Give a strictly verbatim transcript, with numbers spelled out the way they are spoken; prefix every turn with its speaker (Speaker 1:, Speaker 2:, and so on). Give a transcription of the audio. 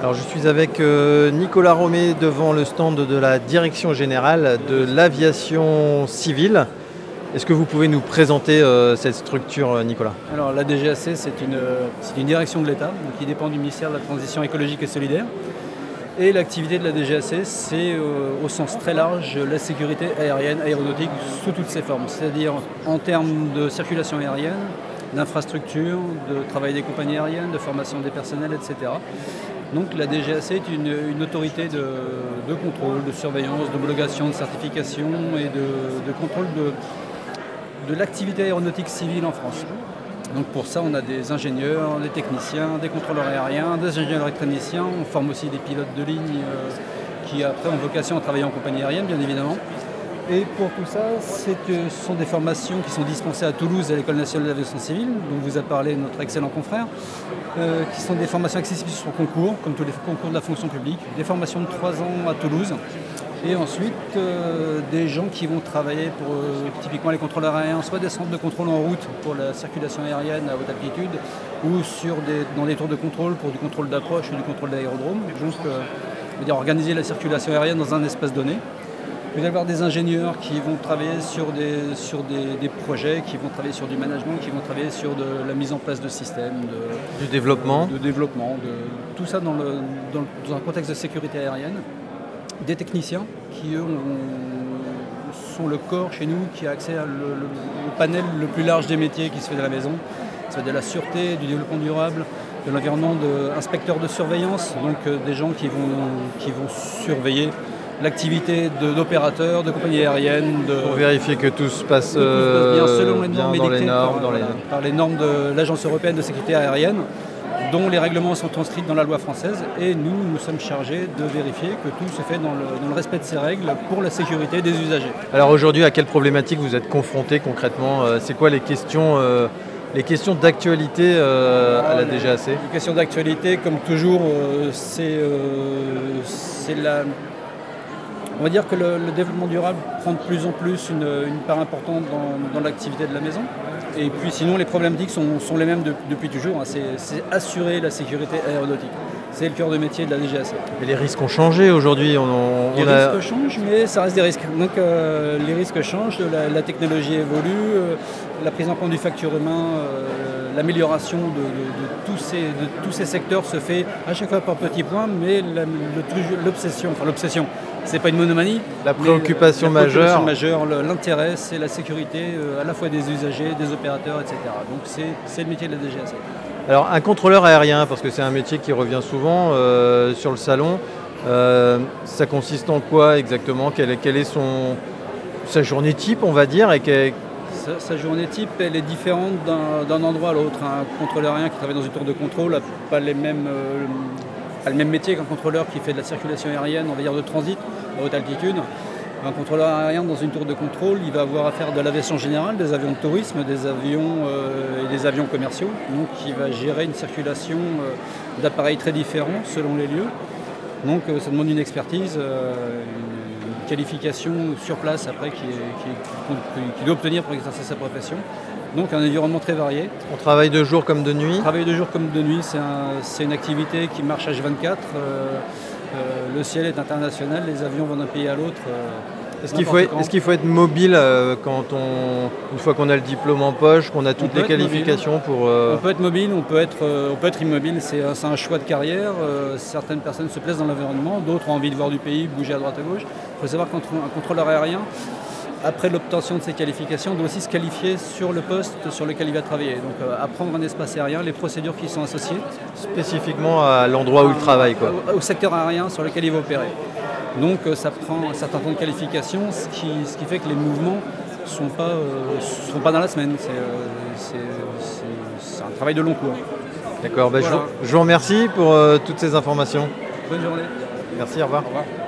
Speaker 1: Alors je suis avec euh, Nicolas Romé devant le stand de la Direction Générale de l'Aviation Civile. Est-ce que vous pouvez nous présenter euh, cette structure, Nicolas ?
Speaker 2: Alors la D G A C, c'est une, c'est une direction de l'État donc, qui dépend du ministère de la Transition écologique et solidaire. Et l'activité de la D G A C, c'est euh, au sens très large la sécurité aérienne, aéronautique sous toutes ses formes. C'est-à-dire en termes de circulation aérienne, d'infrastructure, de travail des compagnies aériennes, de formation des personnels, et cetera. Donc la D G A C est une, une autorité de, de contrôle, de surveillance, d'homologation, de certification et de, de contrôle de, de l'activité aéronautique civile en France. Donc pour ça, on a des ingénieurs, des techniciens, des contrôleurs aériens, des ingénieurs électroniciens. On forme aussi des pilotes de ligne euh, qui après ont vocation à travailler en compagnie aérienne, bien évidemment. Et pour tout ça, c'est, ce sont des formations qui sont dispensées à Toulouse, à l'École nationale de l'aviation civile, dont vous a parlé notre excellent confrère, euh, qui sont des formations accessibles sur concours, comme tous les concours de la fonction publique, des formations de trois ans à Toulouse, et ensuite euh, des gens qui vont travailler pour euh, typiquement les contrôleurs aériens, soit des centres de contrôle en route pour la circulation aérienne à haute altitude, ou sur des, dans des tours de contrôle pour du contrôle d'approche ou du contrôle d'aérodrome, donc euh, je veux dire, organiser la circulation aérienne dans un espace donné. Vous allez avoir des ingénieurs qui vont travailler sur, des, sur des, des projets, qui vont travailler sur du management, qui vont travailler sur de la mise en place de systèmes, de,
Speaker 1: du développement,
Speaker 2: de, de développement, de, tout ça dans, le, dans, le, dans un contexte de sécurité aérienne. Des techniciens qui, eux, ont, sont le corps chez nous qui a accès au panel le plus large des métiers qui se fait de la maison. Ça va de la sûreté, du développement durable, de l'environnement, d'inspecteurs de, de surveillance, donc euh, des gens qui vont, qui vont surveiller l'activité de, d'opérateurs, de compagnies aériennes. De,
Speaker 1: pour vérifier que tout se passe,
Speaker 2: tout se passe bien selon les
Speaker 1: bien
Speaker 2: normes
Speaker 1: dans les normes,
Speaker 2: par,
Speaker 1: dans les...
Speaker 2: par les normes de l'Agence européenne de sécurité aérienne, dont les règlements sont transcrits dans la loi française. Et nous, nous sommes chargés de vérifier que tout se fait dans le, dans le respect de ces règles pour la sécurité des usagers.
Speaker 1: Alors aujourd'hui, à quelle problématique vous êtes confrontés concrètement ? C'est quoi les questions euh, les questions d'actualité euh, à la D G A C ?
Speaker 2: Les questions d'actualité, comme toujours, euh, c'est, euh, c'est la... On va dire que le, le développement durable prend de plus en plus une, une part importante dans, dans l'activité de la maison. Et puis sinon, les problématiques sont, sont les mêmes de, depuis toujours. Hein. C'est, c'est assurer la sécurité aéronautique. C'est le cœur de métier de la D G A C.
Speaker 1: Mais les risques ont changé aujourd'hui. On, on
Speaker 2: les
Speaker 1: a...
Speaker 2: risques changent, mais ça reste des risques. Donc euh, les risques changent, la, la technologie évolue, euh, la prise en compte du facteur humain, euh, l'amélioration de, de, de, tous ces, de tous ces secteurs se fait à chaque fois par petits points, mais la, le, l'obsession, enfin l'obsession, c'est pas une monomanie.
Speaker 1: La préoccupation
Speaker 2: la
Speaker 1: majeure.
Speaker 2: préoccupation majeure, l'intérêt, c'est la sécurité euh, à la fois des usagers, des opérateurs, et cetera. Donc c'est, c'est le métier de la D G A C.
Speaker 1: Alors un contrôleur aérien, parce que c'est un métier qui revient souvent euh, sur le salon, euh, ça consiste en quoi exactement ? Quelle, quelle est son, sa journée type, on va dire et quelle...
Speaker 2: sa, sa journée type, elle est différente d'un, d'un endroit à l'autre. Un contrôleur aérien qui travaille dans une tour de contrôle n'a pas les mêmes... Euh, pas le même métier qu'un contrôleur qui fait de la circulation aérienne, on va dire de transit, à haute altitude. Un contrôleur aérien dans une tour de contrôle, il va avoir affaire de l'aviation générale, des avions de tourisme, des avions euh, et des avions commerciaux. Donc il va gérer une circulation euh, d'appareils très différents selon les lieux. Donc euh, ça demande une expertise, euh, une qualification sur place après qu'il qui, qui doit obtenir pour exercer sa profession. Donc un environnement très varié.
Speaker 1: On travaille de jour comme de nuit ?
Speaker 2: Travailler de jour comme de nuit, c'est, un, c'est une activité qui marche H vingt-quatre. Euh, euh, le ciel est international, les avions vont d'un pays à l'autre. Euh,
Speaker 1: est-ce, qu'il faut être, est-ce qu'il faut être mobile euh, quand on, une fois qu'on a le diplôme en poche, qu'on a toutes les qualifications pour... Euh...
Speaker 2: On peut être mobile, on peut être, euh, on peut être immobile, c'est, c'est un choix de carrière. Euh, certaines personnes se plaisent dans l'environnement, d'autres ont envie de voir du pays, bouger à droite à gauche. Il faut savoir qu'un contrôleur aérien, après l'obtention de ses qualifications, doit aussi se qualifier sur le poste sur lequel il va travailler. Donc euh, apprendre un espace aérien, les procédures qui sont associées.
Speaker 1: Spécifiquement à l'endroit où il travaille, quoi.
Speaker 2: Au, au secteur aérien sur lequel il va opérer. Donc euh, ça prend un certain temps de qualification, ce qui, ce qui fait que les mouvements ne sont pas, euh, sont pas dans la semaine. C'est, euh, c'est, c'est, c'est un travail de long cours.
Speaker 1: D'accord, bah voilà. je, je vous remercie pour euh, toutes ces informations.
Speaker 2: Bonne journée.
Speaker 1: Merci, au revoir.
Speaker 2: Au revoir.